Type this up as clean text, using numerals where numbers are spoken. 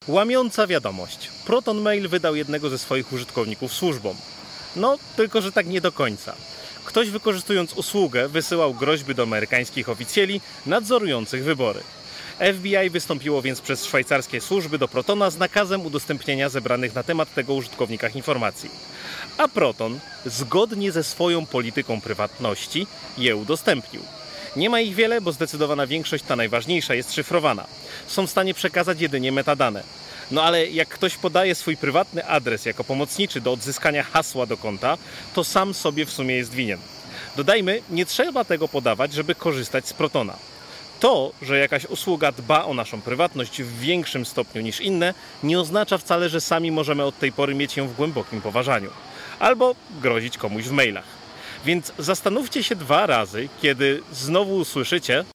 Łamiąca wiadomość. Proton Mail wydał jednego ze swoich użytkowników służbom. No, tylko że tak nie do końca. Ktoś, wykorzystując usługę, wysyłał groźby do amerykańskich oficjeli nadzorujących wybory. FBI wystąpiło więc przez szwajcarskie służby do Protona z nakazem udostępnienia zebranych na temat tego użytkownika informacji. A Proton, zgodnie ze swoją polityką prywatności, je udostępnił. Nie ma ich wiele, bo zdecydowana większość, ta najważniejsza, jest szyfrowana. Są w stanie przekazać jedynie metadane. No ale jak ktoś podaje swój prywatny adres jako pomocniczy do odzyskania hasła do konta, to sam sobie w sumie jest winien. Dodajmy, nie trzeba tego podawać, żeby korzystać z Protona. To, że jakaś usługa dba o naszą prywatność w większym stopniu niż inne, nie oznacza wcale, że sami możemy od tej pory mieć ją w głębokim poważaniu. Albo grozić komuś w mailach. Więc zastanówcie się 2 razy, kiedy znowu usłyszycie,